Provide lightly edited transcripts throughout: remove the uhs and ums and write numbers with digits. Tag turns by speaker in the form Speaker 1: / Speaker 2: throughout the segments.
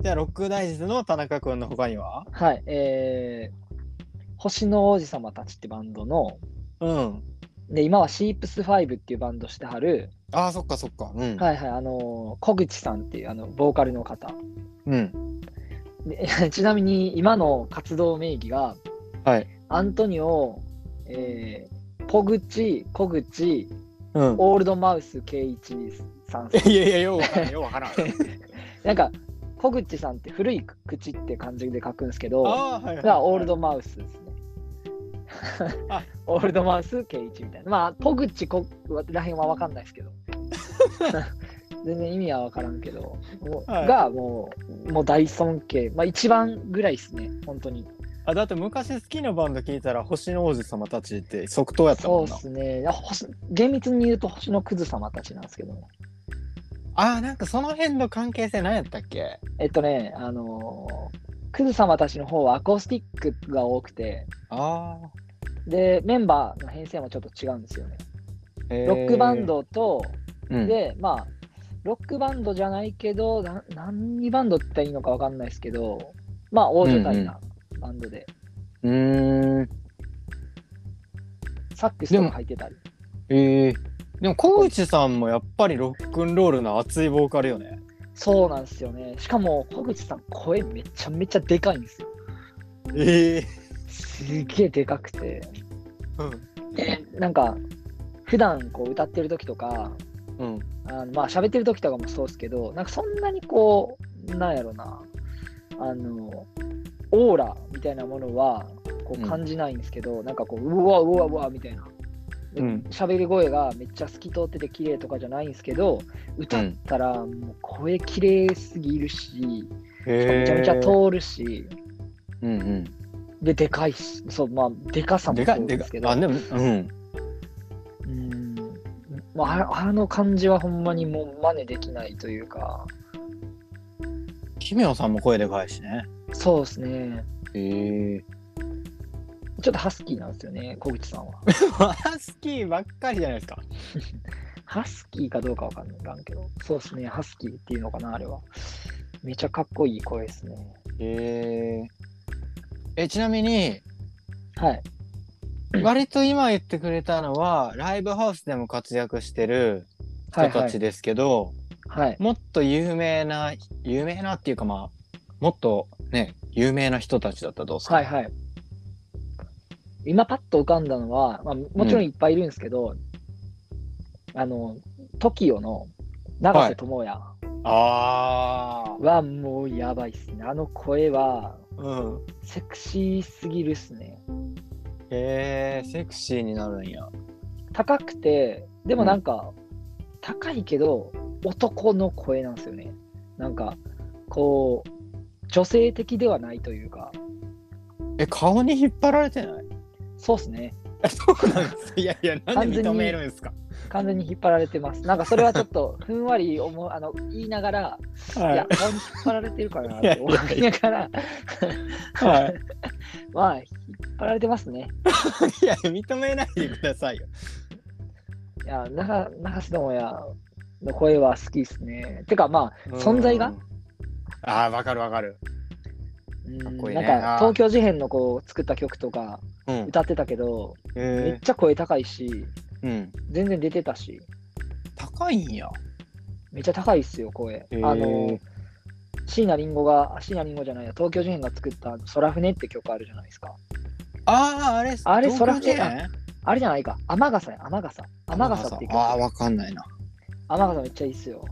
Speaker 1: じゃあロックダイジェストの田中君の他には？
Speaker 2: はい、星の王子様たちってバンドの、
Speaker 1: うん。
Speaker 2: で、今はシープス5っていうバンドしてはる、
Speaker 1: ああ、そっかそっか。うん。
Speaker 2: はいはい、小口さんっていうボーカルの方。
Speaker 1: うん。
Speaker 2: でちなみに今の活動名義が、
Speaker 1: はい。
Speaker 2: アントニオ、ポグチ、小口、
Speaker 1: うん。
Speaker 2: オールドマウス圭一さん。
Speaker 1: いやいや、ようわからん、ようわからん。
Speaker 2: なんか、小口さんって古い口って漢字で書くんですけど、
Speaker 1: ああ、はいはい、はい。
Speaker 2: がオールドマウスですね。
Speaker 1: あ、
Speaker 2: オールドマウス圭一みたいな。まあ、ポグチらへんは分かんないですけど。全然意味は分からんけど、
Speaker 1: はい、
Speaker 2: がもう大尊敬。まあ、一番ぐらいですね、本当に。
Speaker 1: あ、だって昔好きなバンド聞いたら星の王子様たちって即答やった
Speaker 2: そう
Speaker 1: もんな。
Speaker 2: ですね。厳密に言うと星のクズ様たちなんですけどね。
Speaker 1: ああ、なんかその辺の関係性何やったっけ？
Speaker 2: クズ様たちの方はアコースティックが多くて、
Speaker 1: ああ、
Speaker 2: で、メンバーの編成もちょっと違うんですよね。ロックバンドと、
Speaker 1: うん、
Speaker 2: で、まあ、ロックバンドじゃないけど、何バンドって言ったらいいのか分かんないですけど、まあ、大所帯なバンドで、サックスとか入ってたり。
Speaker 1: でも小内さんもやっぱりロックンロールの熱いボーカルよね。
Speaker 2: そうなんですよね。しかも、小口さん、声めちゃめちゃでかいんですよ。すげえでかくて。
Speaker 1: うん、
Speaker 2: で、なんか、普段こう歌ってる時とか、
Speaker 1: うん、
Speaker 2: まあ喋ってる時とかもそうですけど、なんかそんなにこう、なんやろな、オーラみたいなものはこう感じないんですけど、なんかこう、うわうわうわみたいな。喋り声がめっちゃ透き通ってて綺麗とかじゃないんですけど、歌ったらもう声綺麗すぎるし、めちゃめちゃ通るし、で、でかいし、そう、まあ、でかさもそうですけど、まあ、あの感じはほんまにもう真似できないというか。
Speaker 1: 奇妙さんも声でかいしね。
Speaker 2: そうですね。ちょっとハスキーなんですよね、小口さんは。
Speaker 1: ハスキーばっかりじゃないですか。
Speaker 2: ハスキーかどうかわかんないけど、そうですね、ハスキーっていうのかな、あれは。めちゃかっこいい声ですね。
Speaker 1: ちなみに、
Speaker 2: はい。
Speaker 1: 割と今言ってくれたのは、ライブハウスでも活躍してる人たちですけど、
Speaker 2: はい。
Speaker 1: もっと有名なっていうかまあ、もっとね、有名な人たちだったらどうですか？
Speaker 2: はいはい。今パッと浮かんだのは、まあ、もちろんいっぱいいるんですけど、TOKIO の永瀬智也はもうやばいっすね。あの声は、セクシーすぎるっすね。
Speaker 1: セクシーになるんや。
Speaker 2: 高くて、でもなんか、高いけど、男の声なんですよね。なんか、こう、女性的ではないというか。
Speaker 1: 顔に引っ張られてない？
Speaker 2: そうっすね。
Speaker 1: そうなんです。いやいや、なんで認めるんですか？
Speaker 2: 完全に引っ張られてます。なんかそれはちょっとふんわり言いながら、いや、顔に引っ張られてるかなって思いながら、まあ、引っ張られてますね。
Speaker 1: いや、認めないでくださいよ。
Speaker 2: いや、永瀬智也の声は好きですね。てか、まあ、存在が。
Speaker 1: わかるわかる。かっこいいね。
Speaker 2: なんか、東京事変のこう作った曲とか歌ってたけど、めっちゃ声高いし、全然出てたし。
Speaker 1: 高いんや。
Speaker 2: めっちゃ高いっすよ、声。椎名林檎じゃないや、東京事変が作った空船って曲あるじゃないですか。
Speaker 1: あれ
Speaker 2: 空船あれじゃないか。雨傘っていう曲。
Speaker 1: わかんないな。
Speaker 2: 雨傘めっちゃいいっすよ。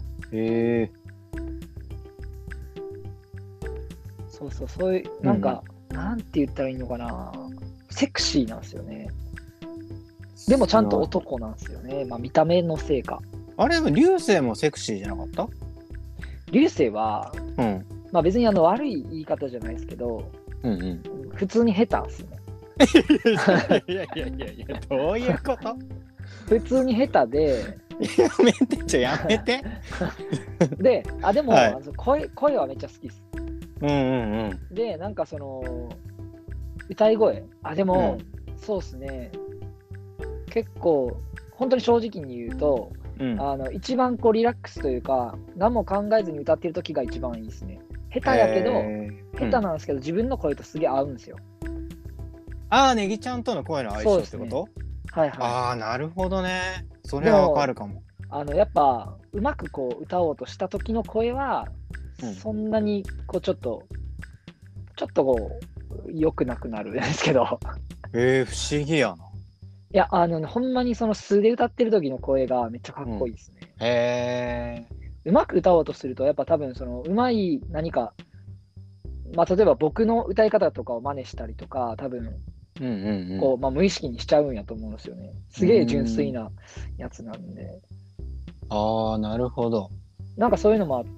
Speaker 2: そういう、なんか、なんて言ったらいいのかな。セクシーなんですよね。でもちゃんと男なんですよね。まあ見た目のせいか。
Speaker 1: あれ、流星もセクシーじゃなかった？
Speaker 2: 流星は、まあ別に悪い言い方じゃないですけど、普通に下手っすね。
Speaker 1: いや、どういうこと？
Speaker 2: 普通に下手で、
Speaker 1: やめて。
Speaker 2: でも、声はめっちゃ好きっす。で、なんか歌い声。でも、そうっすね。結構、本当に正直に言うと、一番こうリラックスというか、何も考えずに歌ってる時が一番いいですね。 下手やけど、下手
Speaker 1: な。
Speaker 2: なんですけど、自分の声とすげえ合うんですよ。
Speaker 1: ああ、ネギちゃんとの声の相性ってこと？
Speaker 2: はいはい。
Speaker 1: ああ、なるほどね。それはわかるかも。
Speaker 2: やっぱうまくこう歌おうとした時の声は、そんなにこうちょっとこう良くなくなるんですけど。
Speaker 1: 不思議やな。
Speaker 2: いや、ほんまにその素で歌ってる時の声がめっちゃかっこいいですね。
Speaker 1: へえ。
Speaker 2: うまく歌おうとすると、やっぱ多分そのうまい何か、まあ例えば僕の歌い方とかを真似したりとか、多分こう、まあ、無意識にしちゃうんやと思うんですよね。すげえ純粋なやつなんで。
Speaker 1: ああ、なるほど。
Speaker 2: なんかそういうのもあって、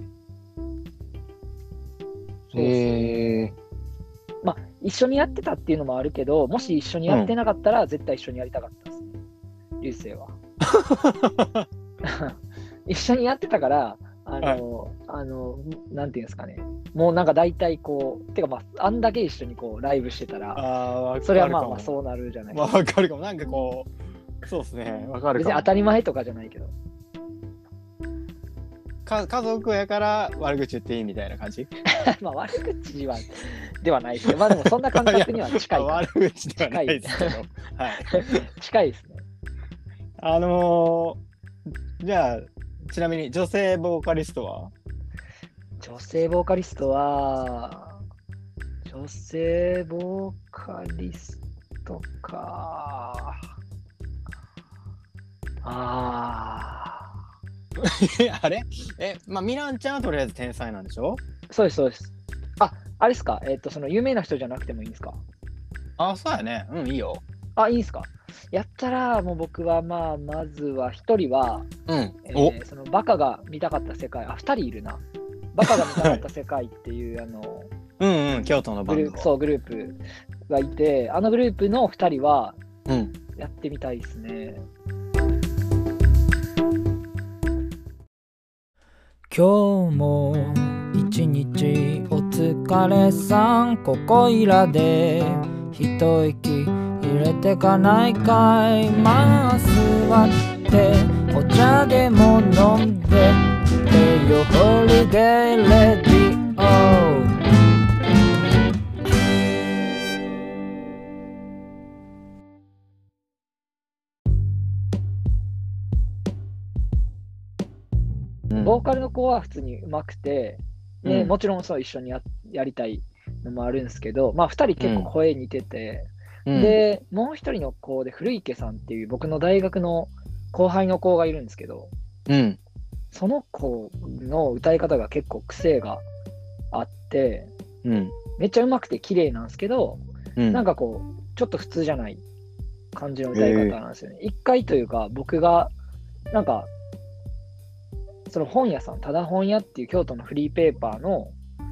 Speaker 2: そうですね。まあ、一緒にやってたっていうのもあるけど、もし一緒にやってなかったら、絶対一緒にやりたかったですね。流星は。一緒にやってたから、なんていうんですかね。もうなんか大体こう、てかまあ、あんだけ一緒にこうライブしてたら、それはまあまあそうなるじゃないですか。
Speaker 1: わかるかも。なんかこう、そうですね。わかるかも。
Speaker 2: 別に当たり前とかじゃないけど。
Speaker 1: 家族やから悪口言っていいみたいな感じ？
Speaker 2: まあ悪口ではないですけど、まあでもそんな感覚には近い。
Speaker 1: 悪口ではないですけど。はい。
Speaker 2: 近いですね。
Speaker 1: じゃあ、ちなみに女性ボーカリストは？
Speaker 2: 女性ボーカリストか。
Speaker 1: あれまあ、ミランちゃんはとりあえず天才なんでしょ？
Speaker 2: そうです、そうです。あれですか、その有名な人じゃなくてもいいんですか？
Speaker 1: そうやね。いいよ。
Speaker 2: いいですか？やったら、もう僕はまずは一人は、そのバカが見たかった世界、二人いるな。バカが見たかった世界っていう
Speaker 1: 京都のバンド。
Speaker 2: そう、グループがいて、あのグループの二人は、やってみたいですね。
Speaker 3: 今日も一日お疲れさん。ここいらで一息入れてかないかい。まあ座ってお茶でも飲んでよ。ホリデーレディオ。
Speaker 2: ボーカルの子は普通に上手くて、ね、もちろんそう一緒にやりたいのもあるんですけど、まあ2人結構声似てて、で、もう一人の子で古池さんっていう僕の大学の後輩の子がいるんですけど、その子の歌い方が結構癖があって、めっちゃ上手くて綺麗なんですけど、なんかこう、ちょっと普通じゃない感じの歌い方なんですよね。一回というか、僕が、なんか、その本屋さん、ただ本屋っていう京都のフリーペーパーの、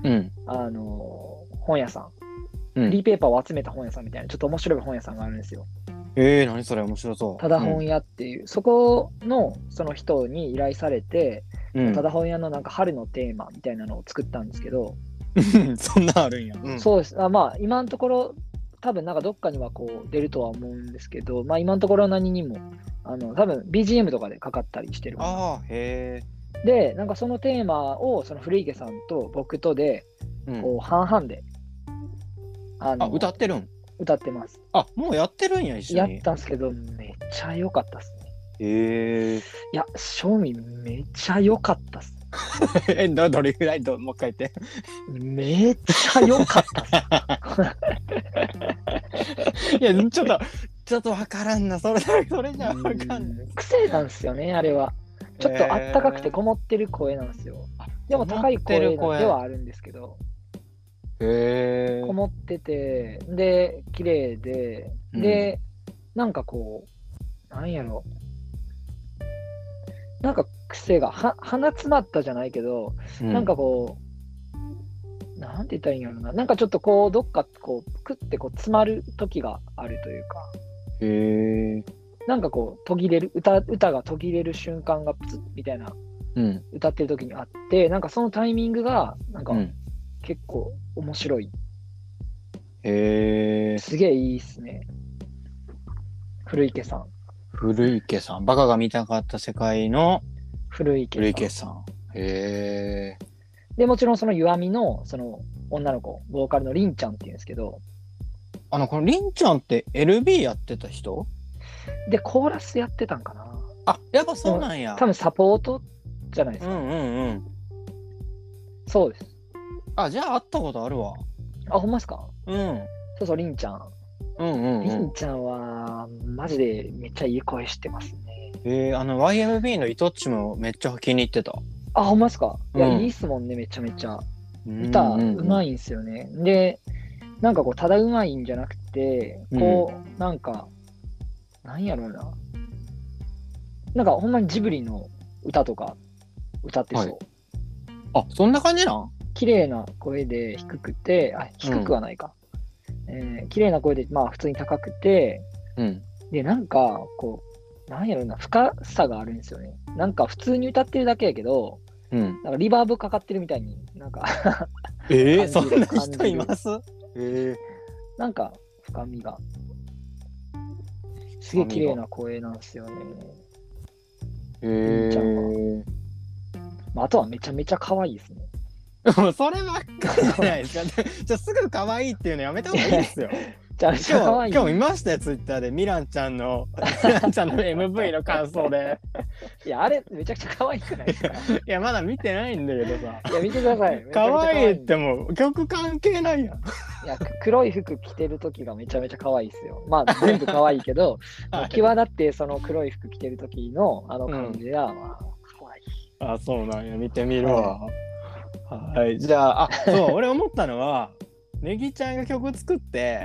Speaker 2: 本屋さん、フリーペーパーを集めた本屋さんみたいな、ちょっと面白い本屋さんがあるんですよ。
Speaker 1: 何それ面白そう。
Speaker 2: ただ本屋っていう、そこのその人に依頼されて、ただ本屋のなんか春のテーマみたいなのを作ったんですけど、
Speaker 1: そんなあるんや。
Speaker 2: そうです。まあ今のところ多分なんかどっかにはこう出るとは思うんですけど、まあ今のところ何にも多分 BGM とかでかかったりしてる。で、なんかそのテーマをその古池さんと僕とでこう半々で
Speaker 1: 歌ってるん？
Speaker 2: 歌ってます。
Speaker 1: もうやってるんや、一緒に。
Speaker 2: やったんですけど、めっちゃ良かったっすね。
Speaker 1: い
Speaker 2: や、正味めっちゃ良かったっす。
Speaker 1: どれぐらいもう一回言って。
Speaker 2: めっちゃ良かったっ
Speaker 1: す。いや、ちょっとわからんな。それじゃわかんない。
Speaker 2: 癖なんですよね、あれは。ちょっとあったかくてこもってる声なんですよ。でも高い声ではあるんですけど。こもってて、で、綺麗で、で、なんかこう、なんやろ。なんか癖が、鼻詰まったじゃないけど、なんかこう、なんて言ったらいいんやろな。なんかちょっとこう、どっかこう、クッてこう、詰まる時があるというか。なんかこう、途切れる、歌が途切れる瞬間がプツッみたいな、歌ってる時にあって、なんかそのタイミングが、なんか、結構面白い。すげえいいっすね。古池さん。
Speaker 1: バカが見たかった世界の
Speaker 2: 古池
Speaker 1: さん。
Speaker 2: で、もちろんその弱みの、その女の子、ボーカルのりんちゃんっていうんですけど、
Speaker 1: このりんちゃんって LB やってた人？
Speaker 2: で、コーラスやってたんかな。
Speaker 1: あ、やっぱそうなんや。
Speaker 2: 多分サポートじゃないですか。
Speaker 1: うんうんうん。
Speaker 2: そうです。
Speaker 1: あ、じゃあ会ったことあるわ。
Speaker 2: あ、ほんまですか？
Speaker 1: うん。
Speaker 2: そうそう、りんちゃん。
Speaker 1: うんうん
Speaker 2: り
Speaker 1: うん。
Speaker 2: んちゃんは、マジでめっちゃいい声してますね。
Speaker 1: YMB のイトッチもめっちゃ気に入ってた。
Speaker 2: あ、ほんまですか？いや、
Speaker 1: うん
Speaker 2: いいっすもんね、めちゃめちゃ。
Speaker 1: うん
Speaker 2: 歌
Speaker 1: うんうん
Speaker 2: うまいんすよね。で、なんかこう、ただうまいんじゃなくて、こう、なんか、なんやろうな。なんかほんまにジブリの歌とか歌ってそう。
Speaker 1: はいあ、そんな感じなん？
Speaker 2: 綺麗な声で低くて、低くはないか。綺麗な声で、まあ普通に高くて、
Speaker 1: うん。
Speaker 2: で、なんか、こう、なんやろな、深さがあるんですよね。なんか普通に歌ってるだけやけど、
Speaker 1: うん。
Speaker 2: なんかリバーブかかってるみたいに、なんか
Speaker 1: そんな
Speaker 2: 感じる
Speaker 1: 人います？
Speaker 2: なんか深みが。すげえ綺麗な声なんですよね。りんちゃんは。まあ、あとはめちゃめちゃ可愛いですね。
Speaker 1: もうそればっかりじゃないですか。すぐ可愛いっていうのやめた方がいいですよ。
Speaker 2: じゃあめちゃ可愛い。
Speaker 1: 今日見ましたよ、ツイッターでミランちゃんの MV の感想で。
Speaker 2: いや、あれめちゃくちゃ可愛くないですか？い
Speaker 1: いや、まだ見てないんだけどさ。
Speaker 2: や、見てください。
Speaker 1: 可愛いってもう曲関係ないやん。
Speaker 2: いや、黒い服着てる時がめちゃめちゃ可愛いですよ。まあ、全部可愛いけど、際立ってその黒い服着てる時のあの感じが、まあ、可愛い。
Speaker 1: あ、そうなんや。見てみるわ。はい。じゃあ、そう、俺思ったのは、ネギちゃんが曲作って、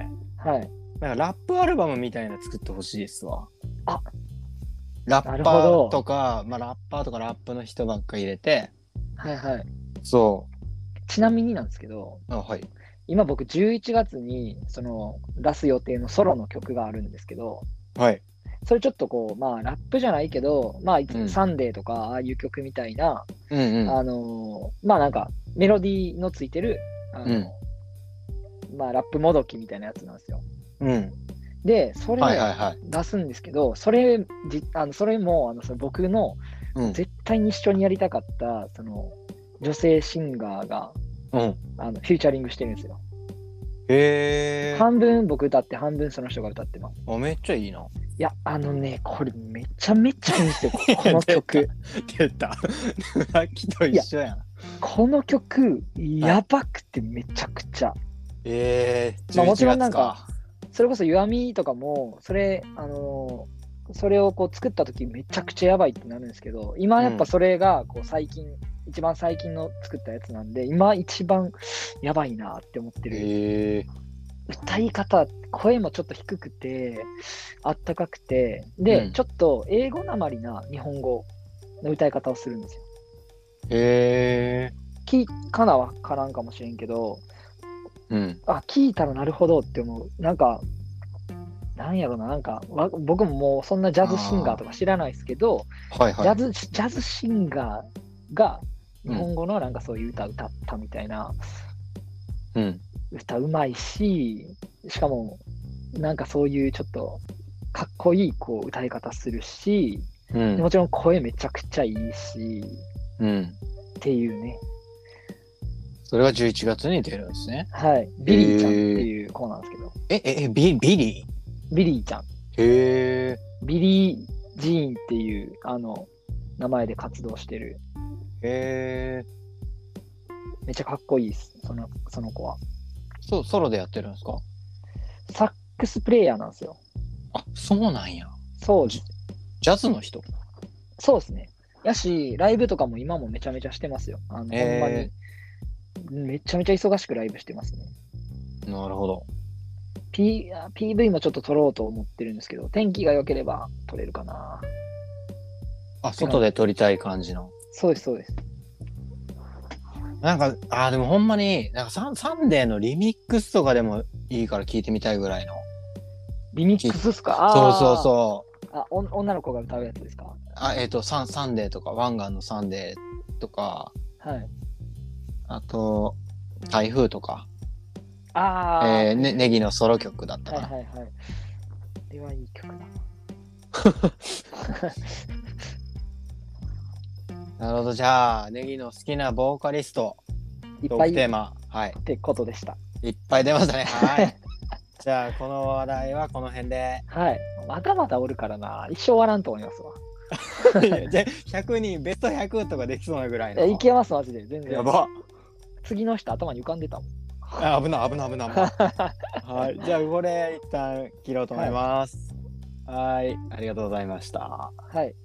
Speaker 2: はい。
Speaker 1: なんかラップアルバムみたいなの作ってほしいですわ。
Speaker 2: あ、
Speaker 1: ラッパーとか、まあラッパーとかラップの人ばっか入れて、
Speaker 2: はいはい。
Speaker 1: そ
Speaker 2: ちなみになんですけど、
Speaker 1: う。あ、はい。
Speaker 2: 今僕11月にその出す予定のソロの曲があるんですけど、
Speaker 1: はい。
Speaker 2: それちょっとこう、まあラップじゃないけど、まあ、
Speaker 1: ん
Speaker 2: サンデーとかああいう曲みたいな、
Speaker 1: うんうん。
Speaker 2: まあなんかメロディーのついてる、まあラップもどきみたいなやつなんですよ。
Speaker 1: うん。
Speaker 2: で、それを
Speaker 1: はいはいはい。
Speaker 2: 出すんですけど、それもその僕の
Speaker 1: うん。
Speaker 2: 絶対に一緒にやりたかったその女性シンガーが
Speaker 1: うん。
Speaker 2: フューチャリングしてるんですよ。
Speaker 1: へえ。
Speaker 2: 半分僕歌って半分その人が歌ってます。
Speaker 1: あ、めっちゃいいな。
Speaker 2: いや、これめちゃめちゃいいんですよ、この曲。
Speaker 1: 出た。さっきと一緒やん。
Speaker 2: この曲、やばくてめちゃくちゃ。
Speaker 1: まあ
Speaker 2: もちろんなんか、それこそ弱みとかも、それをこう作った時めちゃくちゃやばいってなるんですけど、今やっぱそれがこう一番最近の作ったやつなんで、今一番やばいなって思ってる。歌い方、声もちょっと低くて、あったかくて、で、ちょっと英語なまりな日本語の歌い方をするんですよ。聞かなわからんかもしれんけど、聞いたらなるほどって思う。なんか、なんやろな、なんか、僕ももうそんなジャズシンガーとか知らないですけど、
Speaker 1: はいはい、
Speaker 2: ジャズシンガーが日本語のなんかそういう歌歌ったみたいな、歌うまいし、しかもなんかそういうちょっとかっこいいこう歌い方するし、もちろん声めちゃくちゃいいし、っていうね。
Speaker 1: それが11月に出るんですね。
Speaker 2: はい。ビリーちゃんっていう子なんですけど。
Speaker 1: ビリ
Speaker 2: ーちゃん。
Speaker 1: へー。
Speaker 2: ビリー・ジーンっていう名前で活動してる。
Speaker 1: へー。
Speaker 2: めっちゃかっこいいです、その子は。
Speaker 1: ソロでやってるんですか？
Speaker 2: サックスプレイヤーなんですよ。
Speaker 1: あ、そうなんや。
Speaker 2: そう。
Speaker 1: ジャズの人？
Speaker 2: そうですね。やし、ライブとかも今もめちゃめちゃしてますよ。ほんまに。めちゃめちゃ忙しくライブしてますね。
Speaker 1: なるほど。
Speaker 2: PV もちょっと撮ろうと思ってるんですけど、天気が良ければ撮れるかな。
Speaker 1: あ、外で撮りたい感じの。
Speaker 2: そうです、そうです。
Speaker 1: なんか、でもほんまに、なんかサンデーのリミックスとかでもいいから聞いてみたいぐらいの。
Speaker 2: リミックスっすか？
Speaker 1: そう。
Speaker 2: 女の子が歌うやつですか？
Speaker 1: サンデーとか、ワンガンのサンデーとか、
Speaker 2: はい。
Speaker 1: あと、台風とか。ネギのソロ曲だったかな。
Speaker 2: はい。これはいい曲だ。
Speaker 1: なるほど、じゃあ、ネギの好きなボーカリスト。 トー
Speaker 2: いっぱいっ
Speaker 1: クテーマ。はい。
Speaker 2: てことでした。
Speaker 1: いっぱい出ましたね。はい。じゃあ、この話題はこの辺で。
Speaker 2: はい。まだまだおるからな。一生終わらんと思いますわ。
Speaker 1: じゃあ100人、ベスト100とかできそうなぐらいの。
Speaker 2: いけます、マジで。全然。
Speaker 1: やば。
Speaker 2: 次の人頭に浮かんでたもん。
Speaker 1: あ、危ない。はい。じゃあ、これ一旦切ろうと思います。はい。ありがとうございました。
Speaker 2: はい。